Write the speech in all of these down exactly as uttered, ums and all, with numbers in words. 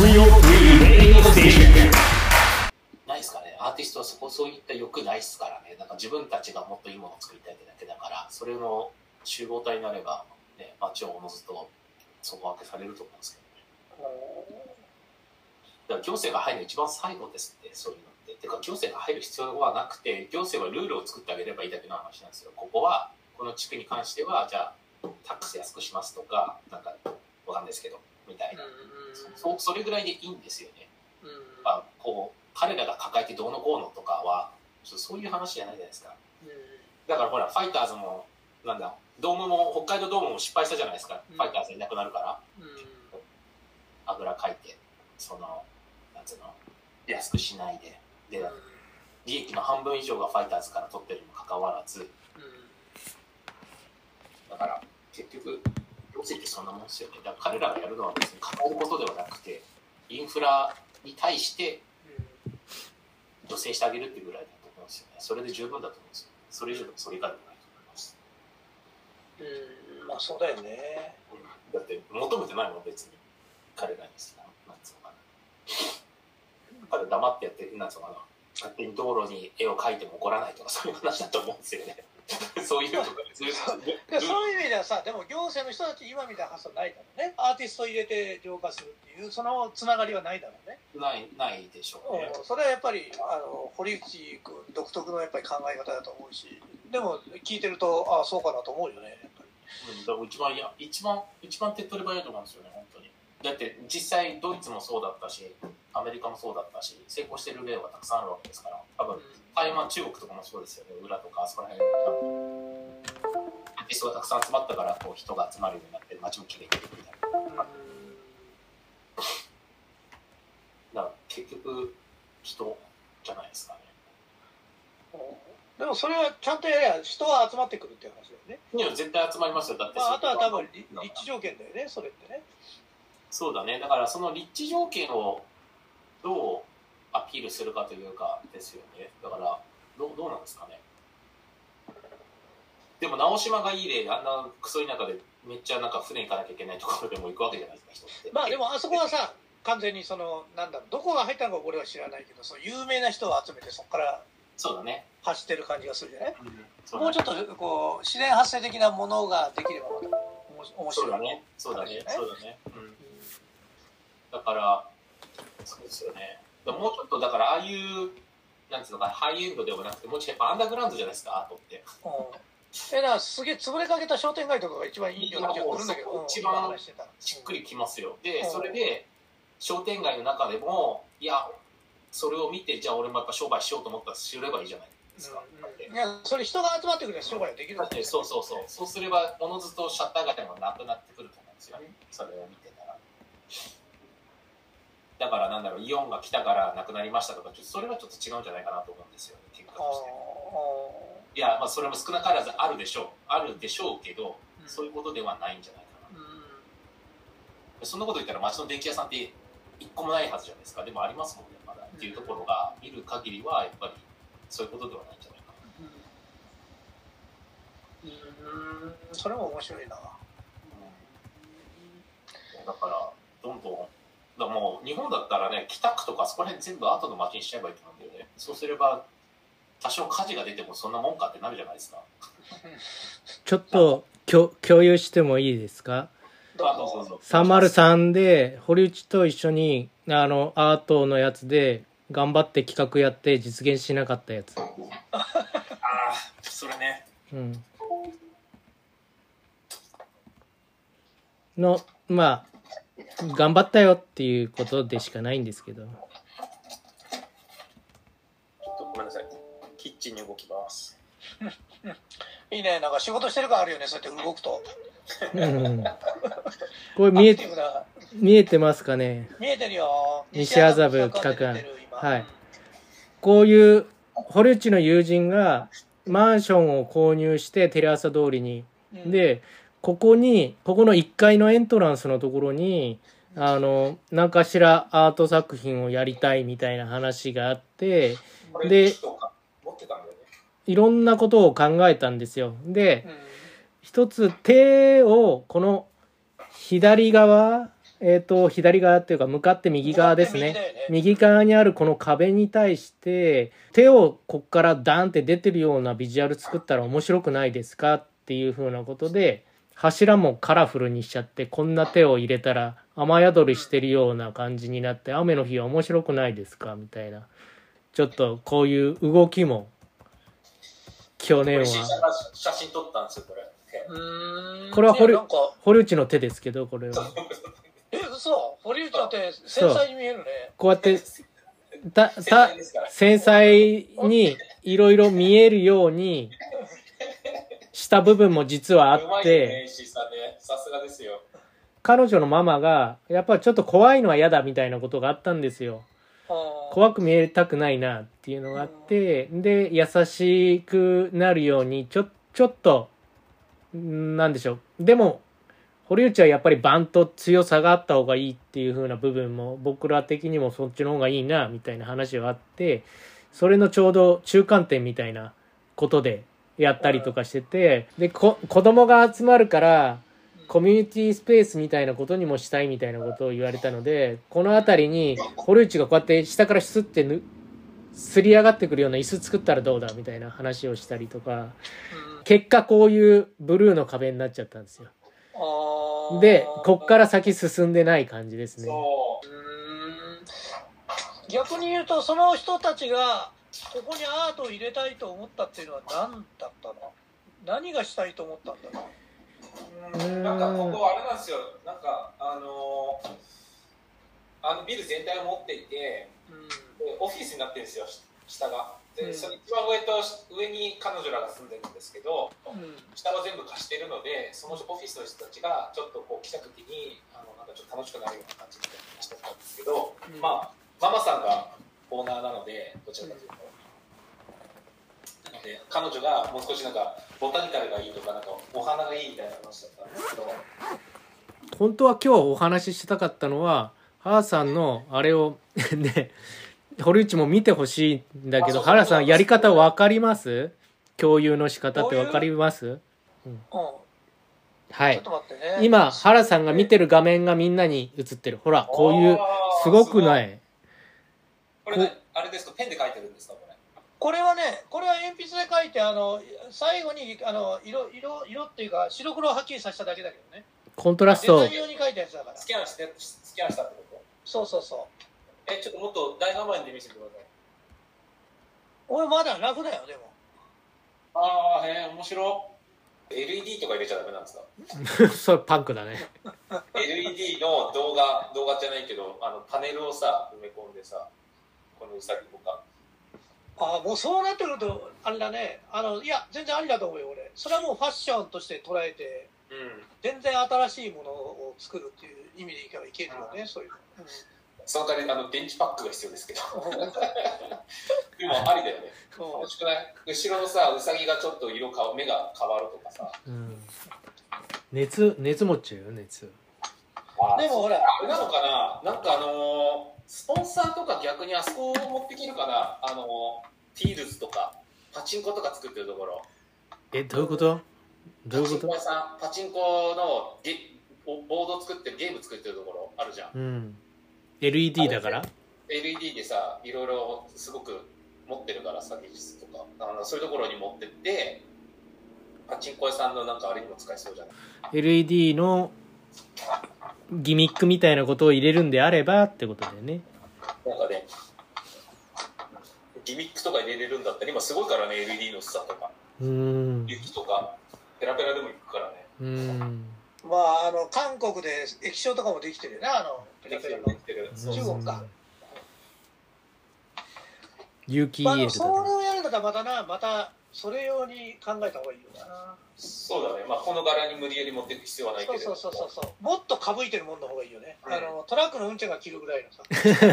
水曜フリーレディオステーション。 ないですかね。アーティストはそこそういった欲ないですからね。なんか自分たちがもっといいものを作りたいってだけだから、それの集合体になれば、ね、街をおのずと底分けされると思うんですけどね。だから行政が入るの一番最後ですって、そういうのって。てか行政が入る必要はなくて、行政はルールを作ってあげればいいだけの話なんですよ。ここはこの地区に関してはじゃあタックス安くしますとか、なんかわかんないですけどみたいな、そ, それぐらいでいいんですよね。あこう彼らが抱えてどうのこうのとかはそういう話じゃないじゃないですか。だからほらファイターズもなんだドームも北海道ドームも失敗したじゃないですか。ファイターズいなくなるから、あぐらかいてそのなんつうの安くしないでで利益の半分以上がファイターズから取ってるにもかかわらず、だから結局行政ってそんなもんですよね。だから彼らがやるのは別に抱えることではなくてインフラに対して助成してあげるっていうぐらいだと思うんですよね。それで十分だと思うんですよ。それ以上でもそれ以下でもないと思います。 うん、まあそうだよね。 だって求めてないもん別に彼らにさ、なんつうのかな。彼黙ってやってなんつうのかな。勝手に道路に絵を描いても怒らないとかそういう話だと思うんですよね。そういうとかそういうそういう意味ではさ、でも行政の人たち今みたいな発想ないだろうね。アーティストを入れて浄化するっていうそのつながりはないだろうね。 ないないでしょうね。 それはやっぱりあの堀内君独特のやっぱり考え方だと思うし、でも聞いてるとああそうかなと思うよねやっぱり。 うん、だから一番いや一番一番手っ取り早いと思うんですよね本当に。だって実際ドイツもそうだったしアメリカもそうだったし成功してる例はたくさんあるわけですから多分、うん、台湾中国とかもそうですよね。裏とかあそこら辺アーティストがたくさん集まったからこう人が集まるようになって街もきれいにできるみたいな、うん、だから結局人じゃないですかね。 でもそれはちゃんとやれば人は集まってくるっていう話だよね。 いや絶対集まりますよ。だって、まあ、あとは多分立地条件だよねそれってね。 そうだね。だからその立地条件をどうアピールするかというかですよね。だからどう、どうなんですかね。でも直島がいい例であんなクソ田舎でめっちゃなんか船行かなきゃいけないところでも行くわけじゃないですか人って。 まあでもあそこはさ完全にそのなんだろうどこが入ったのか俺は知らないけどその有名な人を集めてそこからそうだね走ってる感じがするじゃない、 うん、 もうちょっとこう自然発生的なものができればまた面白い。 そうだねそうだねそうだね、うん、だからそうですよね。もうちょっとだからああいうなんていうのかハイエンドではなくてもうちょっとやっぱアンダーグラウンドじゃないですかアートって。 うんえなすげえ潰れかけた商店街とかが一番いいような気がするんだけど、 一番しっくりきますよ。でそれで商店街の中でもいやそれを見てじゃあ俺もやっぱ商売しようと思ったらすればいいじゃないですか、 うんうん、いやそれ人が集まってくれば商売はできるんだって。 そうそうそうそうすればおのずとシャッター街もなくなってくると思うんですよね、うん、それを見てたら。だからなんだろうイオンが来たからなくなりましたとかちょっとそれはちょっと違うんじゃないかなと思うんですよね結果として。いやまあそれも少なからずあるでしょうあるでしょうけど、うん、そういうことではないんじゃないかな、うん、そんなこと言ったら街の電気屋さんって一個もないはずじゃないですか。でもありますもんねまだ、うん、っていうところが見る限りはやっぱりそういうことではないんじゃないかな。うん、うん、それも面白いな、うん、 だからどんどんだもう日本だったらね北区とかそこら辺全部後の街にしちゃえばいいと思うんだよね。そうすれば多少火事が出てもそんなもんかってなるじゃないですか。 ちょっと共有してもいいですか。さんまるさんで堀内と一緒にあのアートのやつで頑張って企画やって実現しなかったやつ。ああそれね、うん、 のまあ頑張ったよっていうことでしかないんですけど。 ちょっとごめんなさいキッチンに動きますいいね。なんか仕事してる感あるよねそうやって動くとうん、これ見え見えてますかね。 見えてるよ西麻布企画案。はい、こういう堀内の友人がマンションを購入してテレ朝通りに、うん、でここにここのいっかいのエントランスのところにあの何かしらアート作品をやりたいみたいな話があってでいろんなことを考えたんですよ。で、うん、一つ手をこの左側えっと、左側っていうか、向かって右側ですね。 向かって右だよね右側にあるこの壁に対して、手をこっからダンって出てるようなビジュアル作ったら面白くないですかっていう風なことで、柱もカラフルにしちゃって、こんな手を入れたら雨宿りしてるような感じになって、雨の日は面白くないですかみたいな。ちょっとこういう動きも、去年は。 写真撮ったんですよ、これ。 うーんこれは堀いやなんか堀内の手ですけど、これは。 え嘘堀内の手繊細に見えるね。 こうやって、た、 繊た細ですから、 繊細にいろいろ見えるようにした部分も実はあうまいね、 って、 石井さんね。さすがですよ。 彼女のママが、やっぱりちょっと怖いのは嫌だみたいなことがあったんですよ。 あー怖く見えたくないなっていうのがあって、で、優しくなるように、ちょ、ちょっと、んなんでしょう。でも、堀内はやっぱりバンと強さがあった方がいいっていう風な部分も、僕ら的にもそっちの方がいいな、みたいな話があって、それのちょうど中間点みたいなことでやったりとかしてて、で、こ、子供が集まるから、コミュニティスペースみたいなことにもしたいみたいなことを言われたので、この辺りに堀内がこうやって下からスッてぬすり上がってくるような椅子作ったらどうだみたいな話をしたりとか、結果こういうブルーの壁になっちゃったんですよ。 あーで、こっから先進んでない感じですね。 そうーん逆に言うとその人たちがここにアートを入れたいと思ったっていうのは何だったの？何がしたいと思ったんだろう？ うんなんかここあれなんですよ。なんかあのーあのビル全体を持っていて、でオフィスになってるんですよ、下が。で、 うんその一番上と上に彼女らが住んでるんですけど、 うんうん下は全部貸してるので、そのオフィスの人たちがちょっとこう来た時にあのなんかちょっと楽しくなるような感じで話してたんですけど、 うんまあママさんがオーナーなので、どちらかというと、なので彼女がもう少しなんかボタニカルがいいとかなんかお花がいいみたいな話だったんですけど、 本当は今日お話ししたかったのは、原さんのあれをね、堀内も見てほしいんだけど、 あそうそう原さんやり方わかります？共有の仕方ってわかります？はいちょっ。と待ってね。 今、原さんが見てる画面がみんなに映ってる。ほら、こういう、すごくない？ これ、ね、あれですか、ペンで書いてるんですか、これ。 これはね、これは鉛筆で描いて、あの最後にあの色色色っていうか白黒をはっきりさせただけだけどね。 コントラスデトザイン用に描いたやつだから。 スキャンして、スキャンしたってこと？ そうそうそう。 え、ちょっともっと大画面で見せてください。 俺まだ楽だよでも。 ああ、へえ、面白い。エルイーディー とか入れちゃダメなんですか？ それパンクだね。 エルイーディー の動画、動画じゃないけど、あのパネルをさ、埋め込んでさ、このウサギとか。 ああもうそうなってくるとあれだね。あのいや全然ありだと思うよ俺。それはもうファッションとして捉えて。 うん。 全然新しいものを作るっていう意味でいけばいけるよね、そういうの。うんその代わりあの電池パックが必要ですけど。でもありだよね。楽しくない？後ろのさ、ウサギがちょっと色か目が変わるとかさ。 うん。熱、熱持っちゃうよ、熱。 でもほらあれなのかな、なんかあのー、スポンサーとか逆にあそこを持ってきるかな、あのー、フィールズとかパチンコとか作ってるところ。 え、どういうことどういうことパチンコ屋さん、パチンコのゲボード作ってるゲーム作ってるところあるじゃん。 うん。エルイーディー だからエルイーディー でさ、いろいろすごく持ってるからさ、技術とかあのそういうところに持ってってパチンコ屋さんのなんかあれにも使えそうじゃない？ エルイーディー のギミックみたいなことを入れるんであればってことだよね。 なんかね、ギミックとか入れれるんだったら今すごいからね、 エルイーディー の薄さとかうーん。 雪とかペラペラでもいくからね。 うーん。 まああの韓国で液晶とかもできてるよね、あのペできてラペラの。 るできてる。 中国か。 有機 イーまあ、 エルそれをやるんだったらまたな、またそれ用に考えた方がいいよな。 そうだね、まあこの柄に無理やり持っていく必要はないけれど。 そうそうそうそうそう。もっとかぶいてるもんの方がいいよね。あのトラックのうんちゃんが着るぐらいのさ。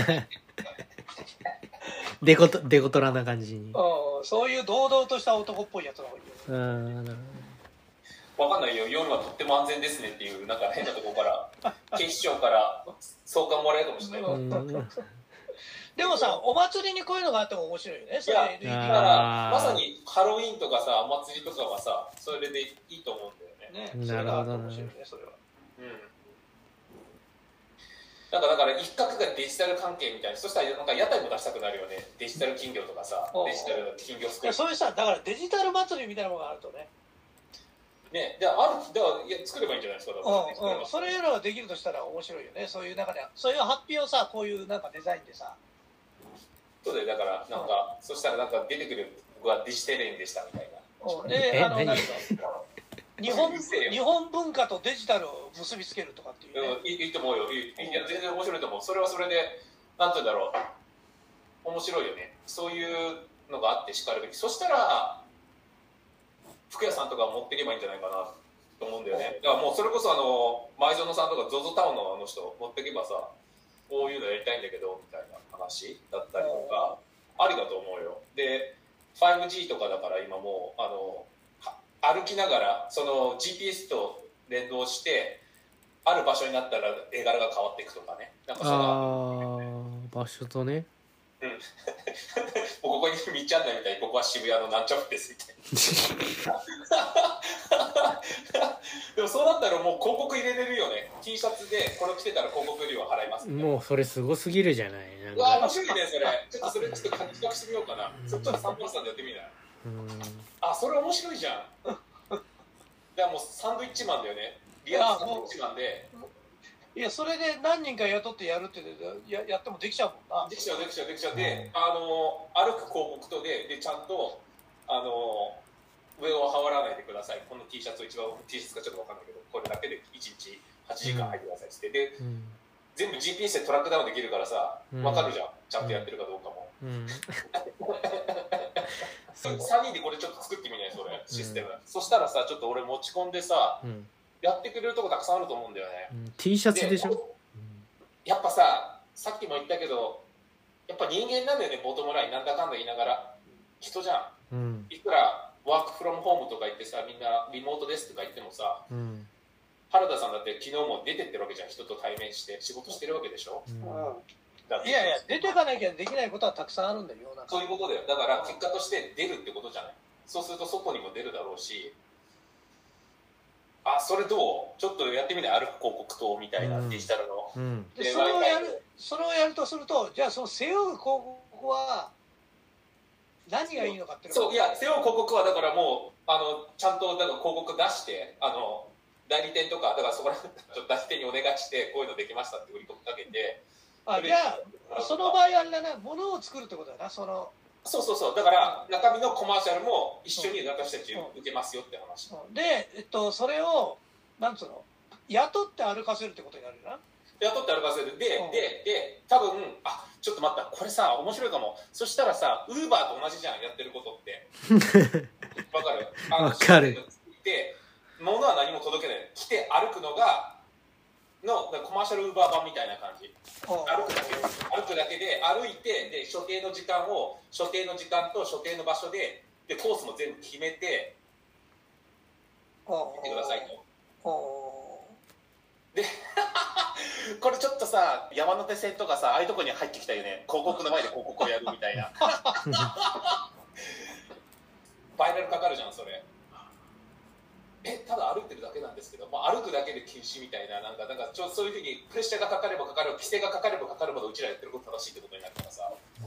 デコト、デコトラな感じに。 うん、そういう堂々とした男っぽいやつの方がいいよね。 あーなるわかんないよ、夜はとっても安全ですねっていうなんか変なところから警視庁から送還もらえるかもしれない。 ほど。うんでもさ、お祭りにこういうのがあっても面白いよね。それいやエルイーディーだあーからまさにハロウィーンとかさ、お祭りとかはさ、それでいいと思うんだよね。 ね、それがあって面白いね、それは。 うん。 なんかだから一角がデジタル関係みたいな、そしたらなんか屋台も出したくなるよね。デジタル金魚とかさ、デジタル金魚スクール。 そういうさ、だからデジタル祭りみたいなものがあるとね。 ね、であるだからいや作ればいいんじゃないですか。だから、 うんうん、それいうのができるとしたら面白いよね。そういう中で、そういう発表をさ、こういうなんかデザインでさ。 そうだよ、だからなんか、うん、そしたらなんか出てくる僕はデジタルでしたみたいな。 うん、で、あの何日本日本文化とデジタルを結びつけるとかっていう、ね、 うん、いい、いいと思うよ。いい、いや全然面白いと思う。それはそれでなんて言うんだろう、面白いよね。そういうのがあってしかるべき。そしたら服屋さんとか持っていけばいいんじゃないかなと思うんだよね。だからもうそれこそあの前園さんとか ゾゾ タウンのあの人持っていけばさ、こういうのやりたいんだけどみたいな話だったりとかありだと思うよ。で ファイブジー とかだから今もうあの歩きながらその ジーピーエス と連動してある場所になったら絵柄が変わっていくとかね。なんかそのあ場所とね。 うん、ここに道案内みたいにここは渋谷のなんちゃらですみたいなでもそうなったらもう広告入れれるよね。 T シャツでこれ着てたら広告料払いますみたいな。 もうそれすごすぎるじゃない。なんかうわ面白いねそれ。ちょっとそれちょっと企画してみようかな。そっちのサンプルさんでやってみない？あ、それ面白いじゃん。だからもうサンドイッチマンだよね。リアルサンドイッチマンで。 いやそれで何人か雇ってやるってややってもできちゃうもんな。 できちゃうできちゃうできちゃうで、あの歩く広告とででちゃんとあの上を羽織らないでください。この T シャツを一番 T シャツかちょっと分かんないけどこれだけでいちにちはちじかん入ってくださいってで、うん、全部 ジーピーエス でトラックダウンできるからさ分かるじゃん、ちゃんとやってるかどうかも。うんうんさんにんでこれちょっと作ってみないそれシステム、うん、そしたらさちょっと俺持ち込んでさ、うん、やってくれるとこたくさんあると思うんだよね、うん、 T シャツでしょ。 やっぱささっきも言ったけどやっぱ人間なんだよね。ボトムラインなんだかんだ言いながら人じゃん、うん、いくらワークフロムホームとか言ってさみんなリモートですとか言ってもさ、うん、原田さんだって昨日も出てってるわけじゃん。人と対面して仕事してるわけでしょ、うんうんいやいや出てかなきゃできないことはたくさんあるんだよ。 そういうことだよ。だから結果として出るってことじゃない。そうすると外にも出るだろうし、あそれどうちょっとやってみない歩く広告塔みたいな、うん、デジタルの、うん、 でそれをやるそれをやるとするとじゃあその背負う広告は何がいいのかっていうのそういや背負う広告はだからもうあのちゃんとだから広告出してあの代理店とかだからそこら辺ちょっと代理店にお願いしてこういうのできましたって売り込みかけて。 あじゃあその場合あれだな物を作るってことだな。そのそうそうそうだから中身のコマーシャルも一緒に私たち受けますよって話、 うんうん、で、えっと、それをなんつうの雇って歩かせるってことになるよな。 雇って歩かせるで、うん、でで多分あちょっと待ったこれさ面白いかも。そしたらさウーバーと同じじゃんやってることってわかるあのわかるで物は何も届けない来て歩くのがのコマーシャルウーバー版みたいな感じ。歩くだけ歩くだけで歩いてで所定の時間を所定の時間と所定の場所ででコースも全部決めて行ってくださいと。でこれちょっとさ山手線とかさああいうとこに入ってきたよね。広告の前で広告をやるみたいなバイラルかかるじゃんそれ。えただ歩いてるだけなんですけど、まあ、歩くだけで禁止みたいななんかなんかちょそういうふうにプレッシャーがかかればかかる規制がかかればかかるほどうちらやってること正しいってことになるからさ、うん、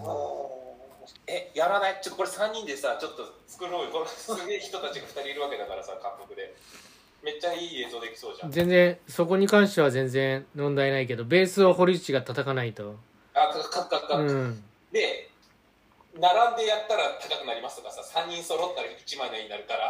えやらないちょっとこれさんにんでさちょっと作ろうよ。これすげえ人たちがふたりいるわけだからさ監督でめっちゃいい映像できそうじゃん。 全然そこに関しては全然問題ないけどベースを堀内が叩かないとあかかかか、うん、で並んでやったら高くなりますとかささんにん揃ったらいちまいの絵になるから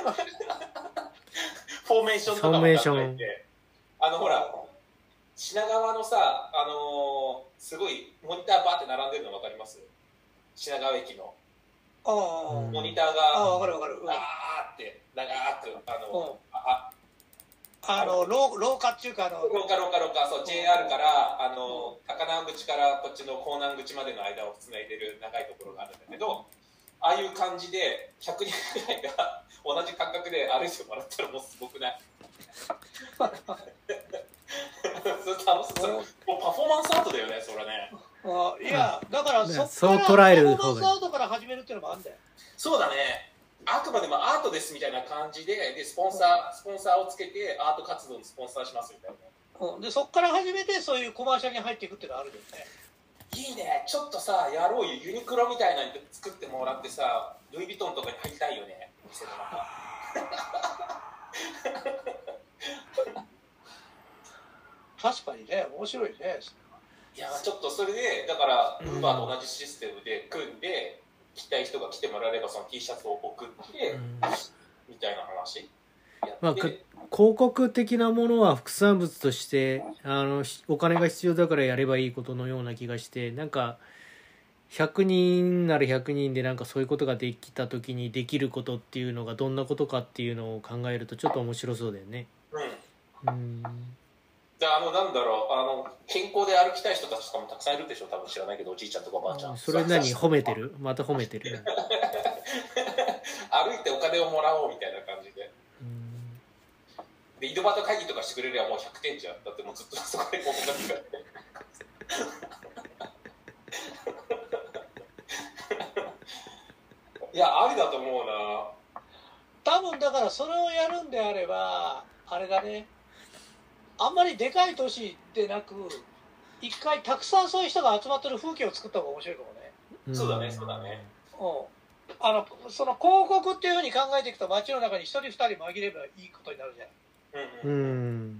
フォーメーションとかも考えてあのほら品川のさあのー、すごいモニターバーって並んでるの分かります？品川駅のあモニターがあ分かる分かるあーって長くあのああの廊下っていうかあの廊下廊下廊下そう ジェイアール からあの高輪口からこっちの港南口までの間をつないでる長いところがあるんだけどああいう感じでひゃくにんぐらいが同じ感覚で歩いてもらったらもうすごくないそれもうパフォーマンスアートだよねそれね。 あいやだからそそう捉える方がパフォーマンスアートから始めるっていうのもあるんだよ。 そうだね。あくまでもアートですみたいな感じで、でスポンサースポンサーをつけてアート活動のスポンサーしますみたいな。 うん、でそこから始めてそういうコマーシャルに入っていくっていうのはあるけどね。 いいね、ちょっとさやろうよ、ユニクロみたいなの作ってもらってさ、ルイ・ヴィトンとかに入りたいよね、店の中。 確かにね、面白いね。 いやちょっとそれでだからウーバーと同じシステムで組んで、来たい人が来てもらえればその T シャツを送って、うん、みたいな話やって、 まあ、広告的なものは副産物としてあのお金が必要だからやればいいことのような気がして、なんかひゃくにんならひゃくにんでなんかそういうことができた時にできることっていうのがどんなことかっていうのを考えるとちょっと面白そうだよね。 うん、うんであのなんだろう、あの健康で歩きたい人たちとかもたくさんいるでしょ、多分知らないけど、おじいちゃんとかおばあちゃん。 それ何褒めてる？また褒めてる。 歩いてお金をもらおうみたいな感じで。うんで井戸端会議とかしてくれればもうひゃくてんじゃん。だってもうずっとそこで広告が使っていやありだと思うな。 多分だからそれをやるんであればあれだね、あんまりでかい都市でなく一回たくさんそういう人が集まってる風景を作った方が面白いかもね。 うん、そうだねそうだね。 うん、あのその広告っていうふうに考えていくと街の中に一人二人紛ればいいことになるじゃない。 うん、うん、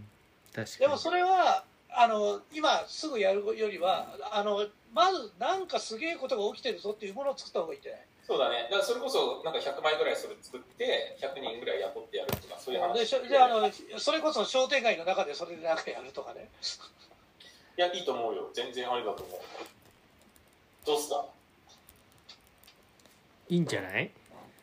確かに。 でもそれはあの今すぐやるよりはあのまずなんかすげえことが起きてるぞっていうものを作った方がいいんじゃない。 そうだね。だからそれこそなんかひゃくまいぐらいそれ作ってひゃくにんぐらい雇ってやるとかそういう話でしょ。であのそれこそ商店街の中でそれでなんかやるとかね。 いやいいと思うよ、全然ありだと思う。どうすか。 いいんじゃない。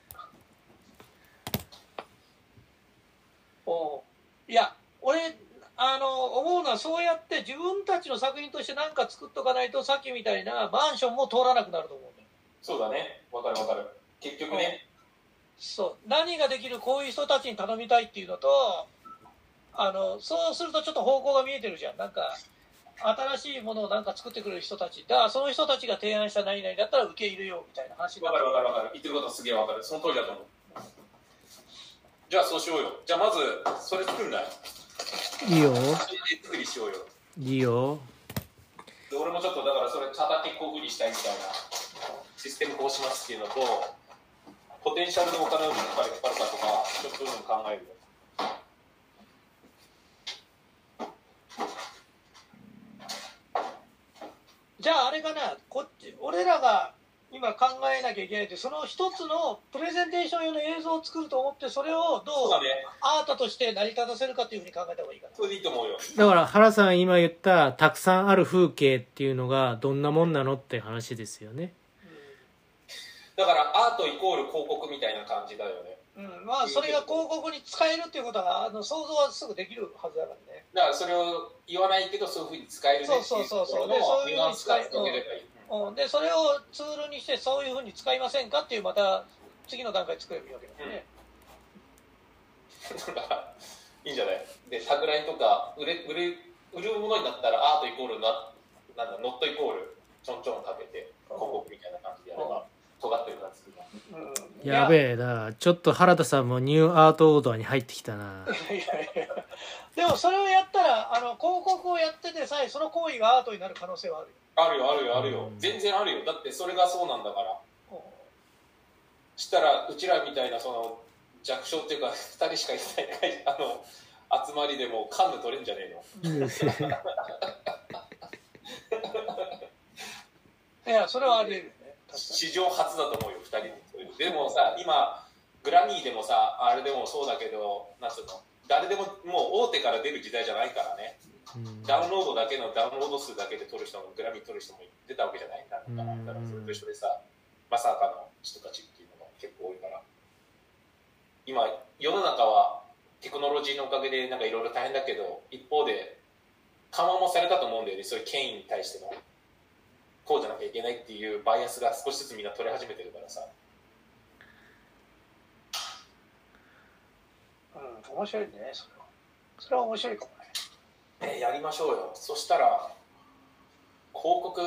おいや俺あの思うのはそうやって自分たちの作品として何か作っとかないとさっきみたいなマンションも通らなくなると思う。 そうだね、わかるわかる。結局ね、 そう何ができるこういう人たちに頼みたいっていうのと、あのそうするとちょっと方向が見えてるじゃん。なんか新しいものをなんか作ってくれる人たちだから、その人たちが提案した何々だったら受け入れようみたいな話になる。 わかるわかるわかる。言ってることすげえわかる。その通りだと思う。じゃあそうしようよ。じゃあまずそれ作るんだよ。 いいよ。 それで作りしようよ。 いいよ。 で俺もちょっとだからそれ畑こういう風にしたいみたいなシステムこうしますっていうのと、ポテンシャルのお金をいっぱいかかるかとかちょっとそういうの考えるよ。 じゃああれかな、こっち俺らが今考えなきゃいけないって、その一つのプレゼンテーション用の映像を作ると思って、それをどうアートとして成り立たせるかっていうふうに考えた方がいいかな。 それでいいと思うよ。 だから原さん今言ったたくさんある風景っていうのがどんなもんなのって話ですよね。 だからアートイコール広告みたいな感じだよね。 うん、まあそれが広告に使えるっていうことはあの想像はすぐできるはずだからね。 だからそれを言わないけどそういうふうに使えるねっていうそうそうそうそう。でそういうふうに使える。うん、でそれをツールにしてそういうふうに使いませんかっていうまた次の段階作ればいいわけだよね。 うん、だからいいんじゃない。でタグラインとか売れ売れ売るものになったらアートイコールななんだノットイコールちょんちょんかけて広告みたいな感じでやれば。尖ってる感じが、 うん、やべえな、ちょっと原田さんもニューアートオーダーに入ってきたな。 いやいやでもそれをやったらあの広告をやっててさえその行為がアートになる可能性はあるよ。 あるよあるよあるよ、うん、全然あるよ。だってそれがそうなんだから、うん、したらうちらみたいなその弱小っていうかふたりしかいないあの集まりでもカンヌ取れんじゃねえの。 いやそれはあり得る。 史上初だと思うよふたりで。でもさ今グラミーでもさあれでもそうだけどなんつうの誰でももう大手から出る時代じゃないからね、うん、ダウンロードだけのダウンロード数だけで取る人もグラミー取る人も出たわけじゃない。なんかだからそれと一緒でさまさかの人たちっていうのが結構多いから、今世の中はテクノロジーのおかげでなんかいろいろ大変だけど一方で緩和もされたと思うんだよね。そういう権威に対してのこうじゃなきゃいけないっていうバイアスが少しずつみんな取り始めてるからさ。 うん、面白いねそれは。それは面白いかもね。 ね、やりましょうよ。そしたら広告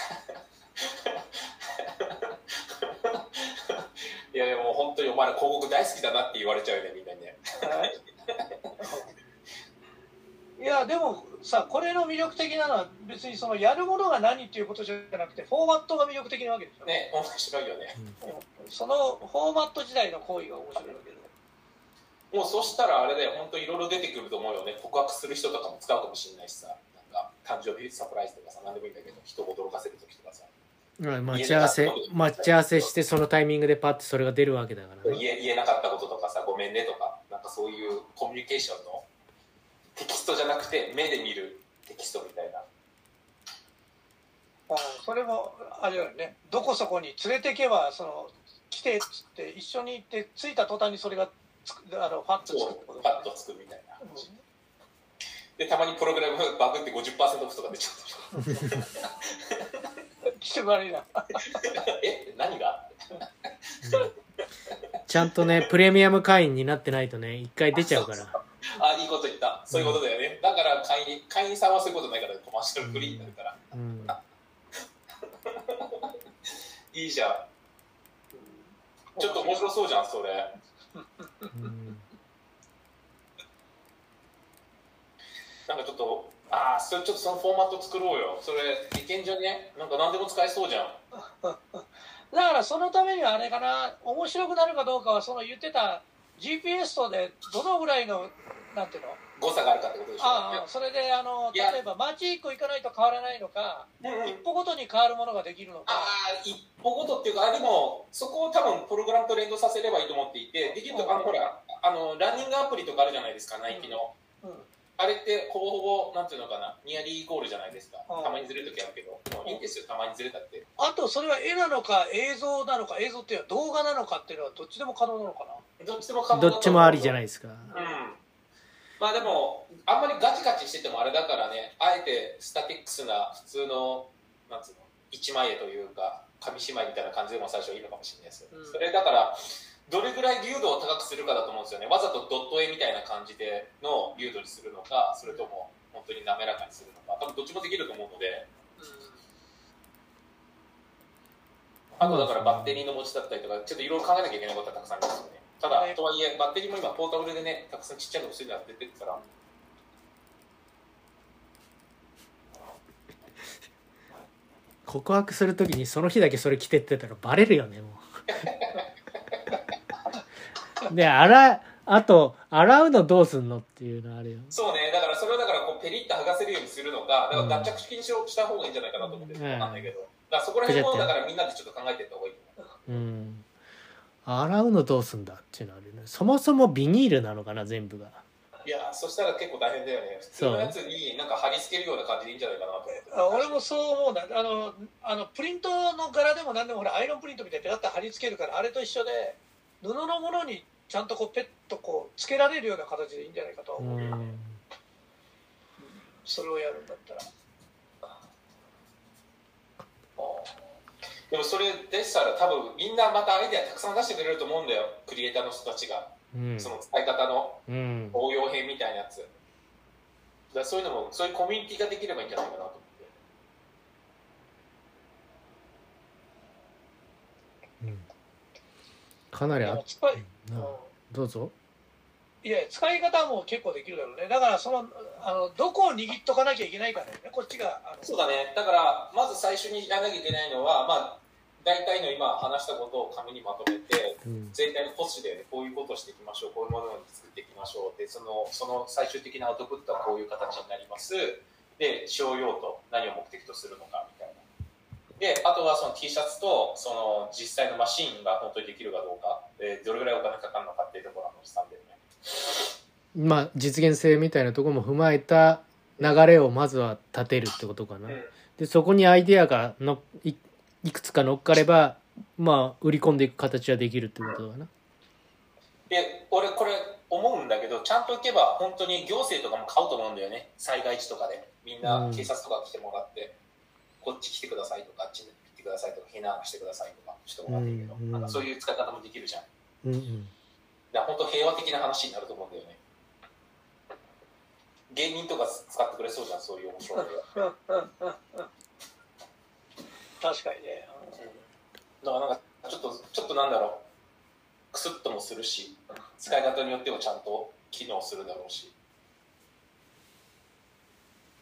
いやでも本当にお前ら広告大好きだなって言われちゃうよねみんなにね。 いやでもさこれの魅力的なのは別にそのやるものが何っていうことじゃなくてフォーマットが魅力的なわけでしょ。 ね、面白いよね。 そのフォーマット自体の行為が面白いわけで。 もうそしたらあれで本当いろいろ出てくると思うよね。告白する人とかも使うかもしれないしさ、なんか誕生日サプライズとかさ、何でもいいんだけど、人を驚かせる時とかさ。 待ち合わせ待ち合わせしてそのタイミングでパッてそれが出るわけだからね。 言え、言えなかったこととかさ、ごめんねとか、なんかそういうコミュニケーションのテキストじゃなくて目で見るテキストみたいな。 あそれもあれだよね。どこそこに連れてけばその来てっつって一緒に行って着いた途端にそれがつくあのパッとつくってことパだね。 ッとつくみたいな、うん、でたまにプログラムバグって ごじゅっパーセント オフとか出ちゃう気色悪いなえ何がちゃんとねプレミアム会員になってないとね一回出ちゃうから。 あ、いいこと言った。そういうことだよね、うん、だから会員会員さんはそういうことないからコマーシャルフリーになるから、うんうん、いいじゃん。ちょっと面白そうじゃんそれ、うん、なんかちょっとああそれちょっとそのフォーマット作ろうよ。それいけんじゃね。なんか何でも使えそうじゃんだからそのためにはあれかな、面白くなるかどうかはその言ってた ジーピーエス とでどのぐらいのなんていうの誤差があるかってことでしょ。 ああそれであの例えば街いっこ行かないと変わらないのか、うんうん、一歩ごとに変わるものができるのか。 ああ一歩ごとっていうか、でもそこを多分プログラムと連動させればいいと思っていて、できると、うん、あのほらあのランニングアプリとかあるじゃないですか、ナイキの、うんうん、あれってほぼほぼなんていうのかな、ニアリーイコールじゃないですか。たまにずれる時あるけど、もういいんですよ、たまにずれたって。あとそれは絵なのか映像なのか、映像っていうのは動画なのかっていうのはどっちでも可能なのかな。 どっちでも可能。 どっちもありじゃないですか。うん。 まあでもあんまりガチガチしててもあれだからね、あえてスタティックスな普通のなんつうの一枚絵というか紙芝居みたいな感じでも最初いいのかもしれないですよ、うん、それだからどれぐらい流度を高くするかだと思うんですよね。わざとドット絵みたいな感じでの流度にするのか、それとも本当に滑らかにするのか、多分どっちもできると思うので、うん、あとだからバッテリーの持ちだったりとかちょっといろいろ考えなきゃいけないことはたくさんありますよね。ただとはいえバッテリーも今ポータブルでねたくさんちっちゃいの薄いのが出てるから告白するときにその日だけそれ着てってたらバレるよねもうで洗あと洗うのどうすんのっていうのあるよ。 そうね、だからそれをだからこうペリッと剥がせるようにするのか、だから脱着式にした方がいいんじゃないかなと思ってる、うん、分かんないけど、だからそこら辺もだからみんなでちょっと考えていった方がいいと思う。うん洗うのどうすんだっていうのあるよね。そもそもビニールなのかな全部が。 いやそしたら結構大変だよね。普通のやつになんか貼り付けるような感じでいいんじゃないかなと思って。 俺もそう思うんだ。あのあのプリントの柄でも何でもほらアイロンプリントみたいにペタッと貼り付けるから、あれと一緒で布のものにちゃんとこうペッとこうつけられるような形でいいんじゃないかと思うよね、うん、それをやるんだったら。 でもそれでしたら多分みんなまたアイデアたくさん出してくれると思うんだよ、クリエイターの人たちが、うん、その使い方の応用編みたいなやつ、だからそういうのもそういうコミュニティができればいいんじゃないかなと思って、 うん、かなりあっ、うん、どうぞ。 いや使い方も結構できるだろうね。だからそのあのどこを握っとかなきゃいけないからね、こっちがあのそうだね。だからまず最初にやらなきゃいけないのは、まあ大体の今話したことを紙にまとめて、うん、全体のポスで、ね、こういうことをしていきましょう、こういうものに作っていきましょうで、そのその最終的なアウトプットはこういう形になりますで、使用用途何を目的とするのかみたいな。であとはその T シャツとその実際のマシーンが本当にできるかどうかで、どれぐらいお金かかるのかっていうところの試算でね、 まあ実現性みたいなところも踏まえた流れをまずは立てるってことかな、うん、でそこにアイデアがの い, いくつか乗っかればまあ売り込んでいく形はできるってことだな。 で俺これ思うんだけど、ちゃんといけば本当に行政とかも買うと思うんだよね。災害地とかでみんな警察とか来てもらって、うん、こっち来てくださいとかあっちに来てくださいとか避難してくださいとかしてもらっていいけど、うんうん、なんかそういう使い方もできるじゃん、うんうん、だから本当平和的な話になると思うんだよね。芸人とか使ってくれそうじゃん、そういう面白い確かにね、 うん、だからなんかちょっとちょっとなんだろう、クスッともするし、使い方によってもちゃんと機能するだろうし、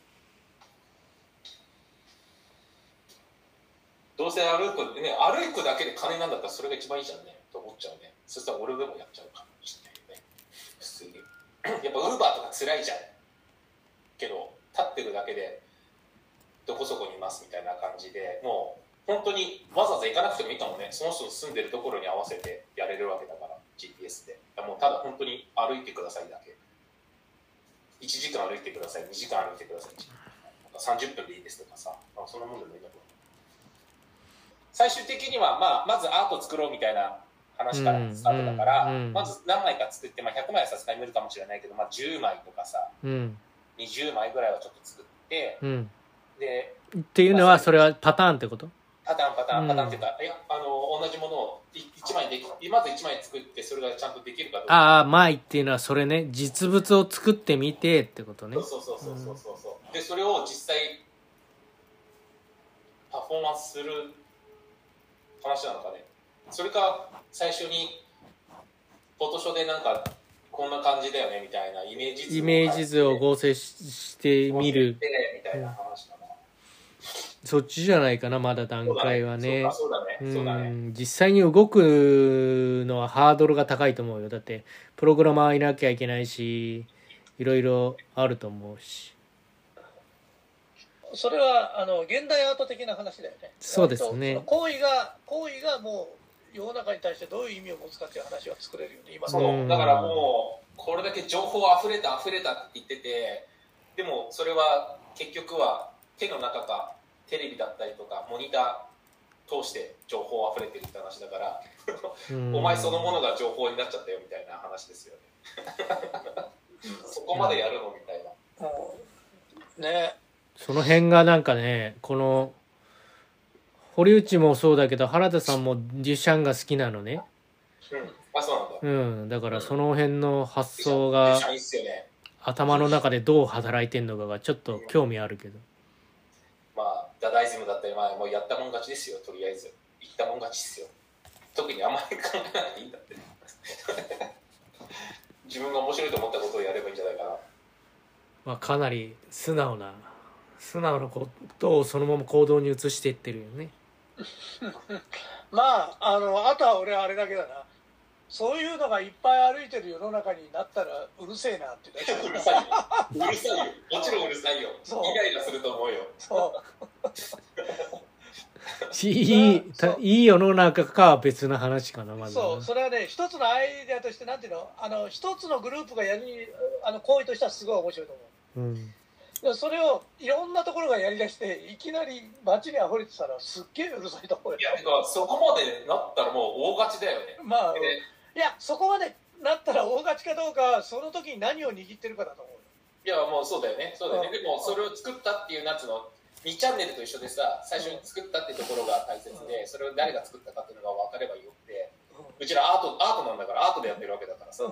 どうせ歩くね、歩くだけで金なんだったらそれが一番いいじゃんねと思っちゃうね。そしたら俺でもやっちゃうかもしれないよね、普通に。やっぱウーバーとか辛いじゃんけど、立ってるだけでどこそこにいますみたいな感じで、もう本当にわざわざ行かなくてもいいかもね。その人の住んでるところに合わせてやれるわけだから、 ジーピーエス で。もうただ本当に歩いてくださいだけ、いちじかん歩いてください、にじかん歩いてください、さんじゅっぷんでいいですとかさ、そんなもんでもいいんだと思う。最終的には、まあ、まずアート作ろうみたいな話からスタートだから、うんうんうん、まず何枚か作って、まあ、ひゃくまいはさすがに無理かもしれないけど、まあ、じゅうまいとかさ、うん、にじゅうまいぐらいはちょっと作って、うん、でっていうのはそれはパターンってこと？ パターンパターンパターンっていうか、いや、あの同じものをいちまいできまずいちまい作って、それがちゃんとできるかどうか。 ああ、枚っていうのはそれね、実物を作ってみてってことね。 そうそうそうそうそうそう、うん、でそれを実際パフォーマンスする話なのかね。それか最初にフォトショーでなんかこんな感じだよねみたいなイメージ図をイメージ図を合成してみるみたいな話かな、うん、 そっちじゃないかな、まだ段階はね。 そうだね、そうだね、そうだね。 実際に動くのはハードルが高いと思うよ。だってプログラマーいなきゃいけないし、いろいろあると思うし。 それはあの現代アート的な話だよね。 そうですね。 その行為が行為がもう世の中に対してどういう意味を持つかっていう話は作れるよね、今の。 そうだからもうこれだけ情報あふれたあふれたって言ってて、でもそれは結局は手の中かテレビだったりとかモニター通して情報あふれてるって話だからお前そのものが情報になっちゃったよみたいな話ですよねそこまでやるのみたいな、 うん、ね。 その辺がなんかね、この堀内もそうだけど原田さんもデュシャンが好きなのね。 うん、あ、そうなんだ。 うん、だからその辺の発想がデュシャンいいっすよね。 頭の中でどう働いてんのかがちょっと興味あるけど、 まあダダイズムだったり、まあ、もうやったもん勝ちですよ。とりあえず言ったもん勝ちですよ。特にあんまり考えなくていいんだって自分が面白いと思ったことをやればいいんじゃないかな。 まあ、かなり素直な素直なことをそのまま行動に移していってるよねまああのあとは俺はあれだけだな、そういうのがいっぱい歩いてる世の中になったらうるせえなってだけうるさいようるさいよ、もちろんうるさいよ。イライラすると思うよ。 そういいいい世の中かは別の話かな、まず。 そう、それはね、一つのアイデアとしてなんていうの、あの一つのグループがやるあの行為としてはすごい面白いと思う。うん。でそれをいろんなところがやりだしていきなり街に溢れてたらすっげえうるさいと思うよ。 いや、そこまでなったらもう大勝ちだよね。 まあ、いやそこまでなったら大勝ちかどうか、その時に何を握ってるかだと思う。 いやもうそうだよね、そうだよね。でもそれを作ったっていう夏のにチャンネルと一緒でさ、最初に作ったっていうところが大切で、それを誰が作ったかっていうのが分かればよくて、うちらアートアートなんだからアートでやってるわけだからさ。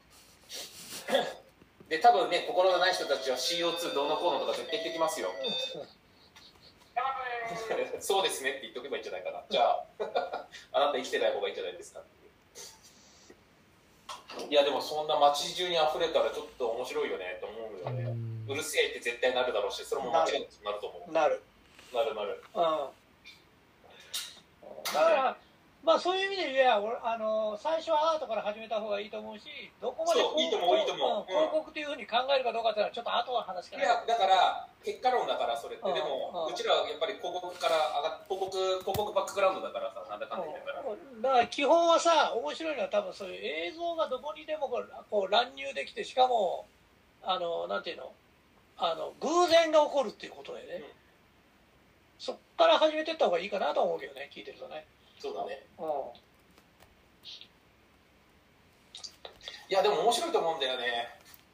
で多分ね、心のない人たちは シーオーツー どうのこうのとか絶対言ってきますよそうですねって言っておけばいいんじゃないかな。じゃああなた生きてない方がいいんじゃないですかっていう。いやでもそんな街中に溢れたらちょっと面白いよねと思うよね。うるせえって絶対なるだろうし、それも間違いなくなると思う。 なるなるなる。 うん。だからまあそういう意味で言えば、俺あの最初はアートから始めた方がいいと思うし、どこまでいいと思ういいと思う、 うん、広告というふうに考えるかどうかっていうのはちょっと後の話かな。 いやだから結果論だからそれって、うん、でも、うん、うちらはやっぱり広告から上が広告広告バックグラウンドだからさ、なんだかんだ言いながら、 うん、だから基本はさ、面白いのは多分そういう映像がどこにでもこうこう乱入できて、しかもあのなんていうの、あの偶然が起こるっていうことだよね、うん、そっから始めていった方がいいかなと思うけどね、聞いてるとね。 そうだね、 うん、 いやでも面白いと思うんだよね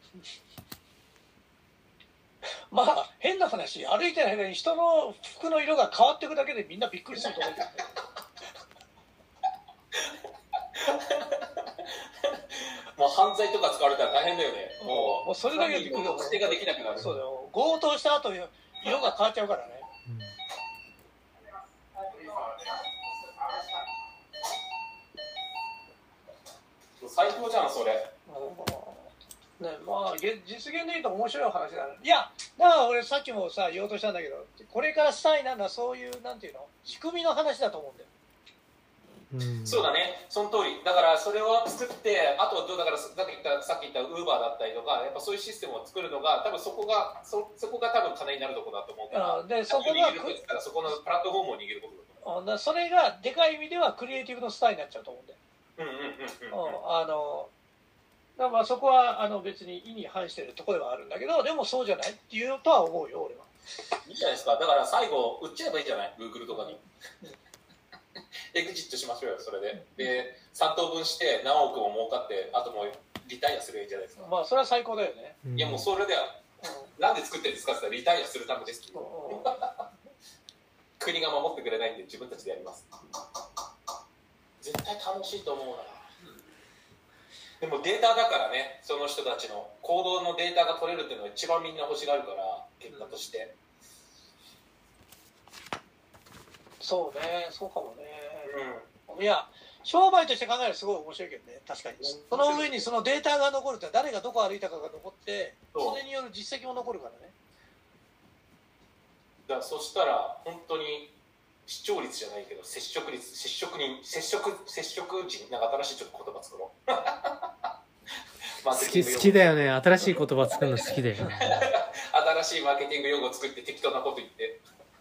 まあ変な話、歩いてない間に人の服の色が変わっていくだけでみんなびっくりすると思うけどねもう犯罪とか使われたら大変だよね。 もう、もうそれだけでびっくり。 特定ができなくなる。 そうだよ。強盗した後色が変わっちゃうからね。 うん、最強じゃんそれ。 ね、まあ実現で言うと面白い話だね。いやだだから俺さっきもさ言おうとしたんだけど、これからしたいなのはそういうなんていうの仕組みの話だと思うんだよ。 うんそうだね、その通り。だからそれを作って、あとだからさっき言ったさっき言ったウーバーだったりとか、やっぱそういうシステムを作るのが多分そこがそそこが多分金になるところだと思うから。 あでそこが握ると言ったらそこのプラットフォームを握ることだと思う。 あだそれがでかい意味ではクリエイティブのスタイルになっちゃうと思うんだよ。 うんうんうんうん。 うんあのだからまあそこはあの別に意に反してるところではあるんだけど、でもそうじゃないっていうとは思うよ俺は。 いいじゃないですか。だから最後売っちゃえばいいじゃない、Google とかに。エグジットしましょうよ、それで。で、さん等分して何億も儲かって、あともうリタイアすればいいじゃないですか。 まあそれは最高だよね。 うんいやもうそれでは、なんで作ってるんですかって言ったら、リタイアするためですって。 うんうん国が守ってくれないんで自分たちでやります。絶対楽しいと思うな。でもデータだからね、その人たちの行動のデータが取れるっていうのが一番みんな欲しがるから、結果として。 そうね、そうかもね。 うん。 いや、商売として考えるとすごい面白いけどね、確かに。その上にそのデータが残るって誰がどこ歩いたかが残って、 そうそれによる実績も残るからね。 だからそしたら本当に視聴率じゃないけど接触率、接触に接触接触時になんか新しいちょっと言葉作ろう。 好き好きだよね。新しい言葉作るの好きだよね。 新しいマーケティング用語を作って適当なこと言って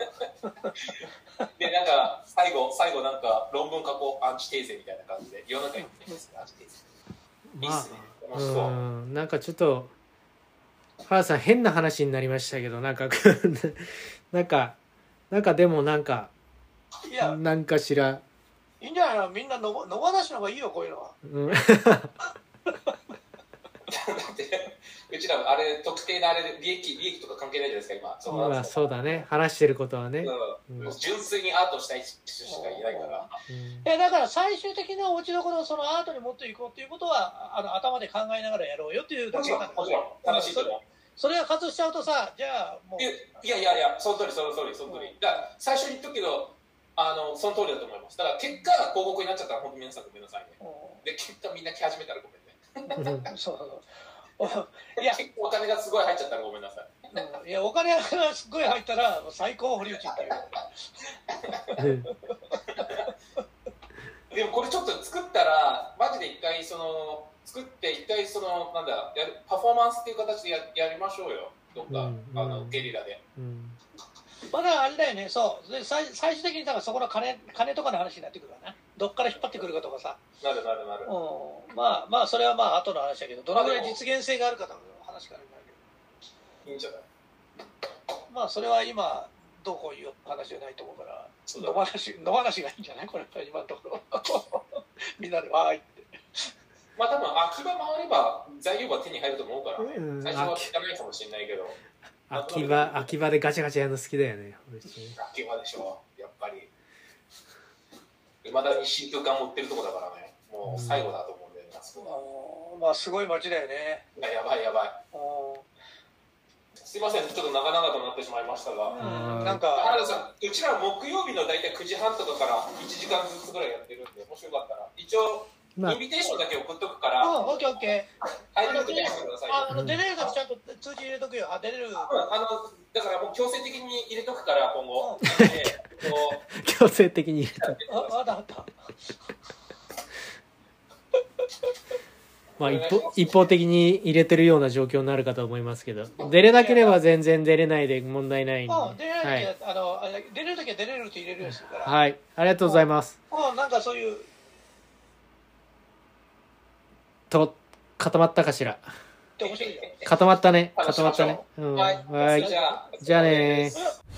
でなんか最後最後なんか論文書こうアンチテーゼみたいな感じで世の中に言ってますね、アンチテーゼ。いいっすね、 まあ、 楽しそう。 うんなんかちょっと原さん変な話になりましたけど、なんかなんかなんかでもなんかいや、 なんかしら、 いいんじゃないの、みんな野野放しの方がいいよ、こういうのは。 うんだってうちらあれ特定のあれ利益利益とか関係ないじゃないですか今。そうまあそうだね、話してることはね、 うんうんもう純粋にアートしたい人しかいないから。 うんいやだから最終的な落ちどころをそのアートに持っていこうっていうことはあの頭で考えながらやろうよっていうだもちろんけなんだもちろん楽しいと思う。 それが外しちゃうとさ、じゃあもういやいやいや、その通りその通りその通り。だから最初に言っとくけど、あのその通りだと思います。だから結果広告になっちゃったら本当皆さんごめんなさいね。で結果みんな来始めたらごめんね。 うんそうそういや、 結構お金がすごい入っちゃったらごめんなさい。 うんいやお金がすごい入ったら最高堀内っていう。 でもこれちょっと作ったらマジで一回その作って一回そのなんだやるパフォーマンスっていう形で や, やりましょうよ、どっか、 うんあのゲリラで。 うんまだあれだよね、そうで最最終的にだからそこの金金とかの話になってくるわな、どっから引っ張ってくるかとかさ、 なるなるなる。 うん、まあまあそれはまあ後の話だけど、どのぐらい実現性があるかの話からになるけど、 いいんじゃない。 まあそれは今どうこういう話じゃないと思うから、 そうだ野放し野放しがいいんじゃないこれ今のところ。みんなでわーいって。 まあ多分秋葉回れば材料が手に入ると思うからね、 うん最初は聞かないかもしれないけど、 秋葉秋葉でガチャガチャやるの好きだよね。 秋葉でしょやっぱり。いまだに新空間持ってるとこだからね、もう最後だと思うんだよね、あそこあーまあすごい街だよね。 が。いややばいやばい。 うんすいません、ちょっと長々となってしまいましたが、 うんなんか原田さん、うちら木曜日の大体くじはんとかからいちじかんずつぐらいやってるんで、もしよかったら一応まあインビテーションだけ送っとくから、 うんオッケーオッケー。 入れるときにしてくださいよ。 ああの出れるときちゃんと通知入れとくよ。あ出れる。 うんあのだからもう強制的に入れとくから今後、でこう強制的に入れた。 ああったあった。 まあ一方一方的に入れてるような状況になるかと思いますけど、出れなければ全然出れないで問題ないんで。 うん出れはいるときはあのあれ出れるときは出れるって入れるようにするから。 はい、ありがとうございます。 うんなんかそういうと固まったかしら。 って面白いよ。 固まったね。固まったね。うん、 はい、 はい。 じゃあじゃあねー。 うん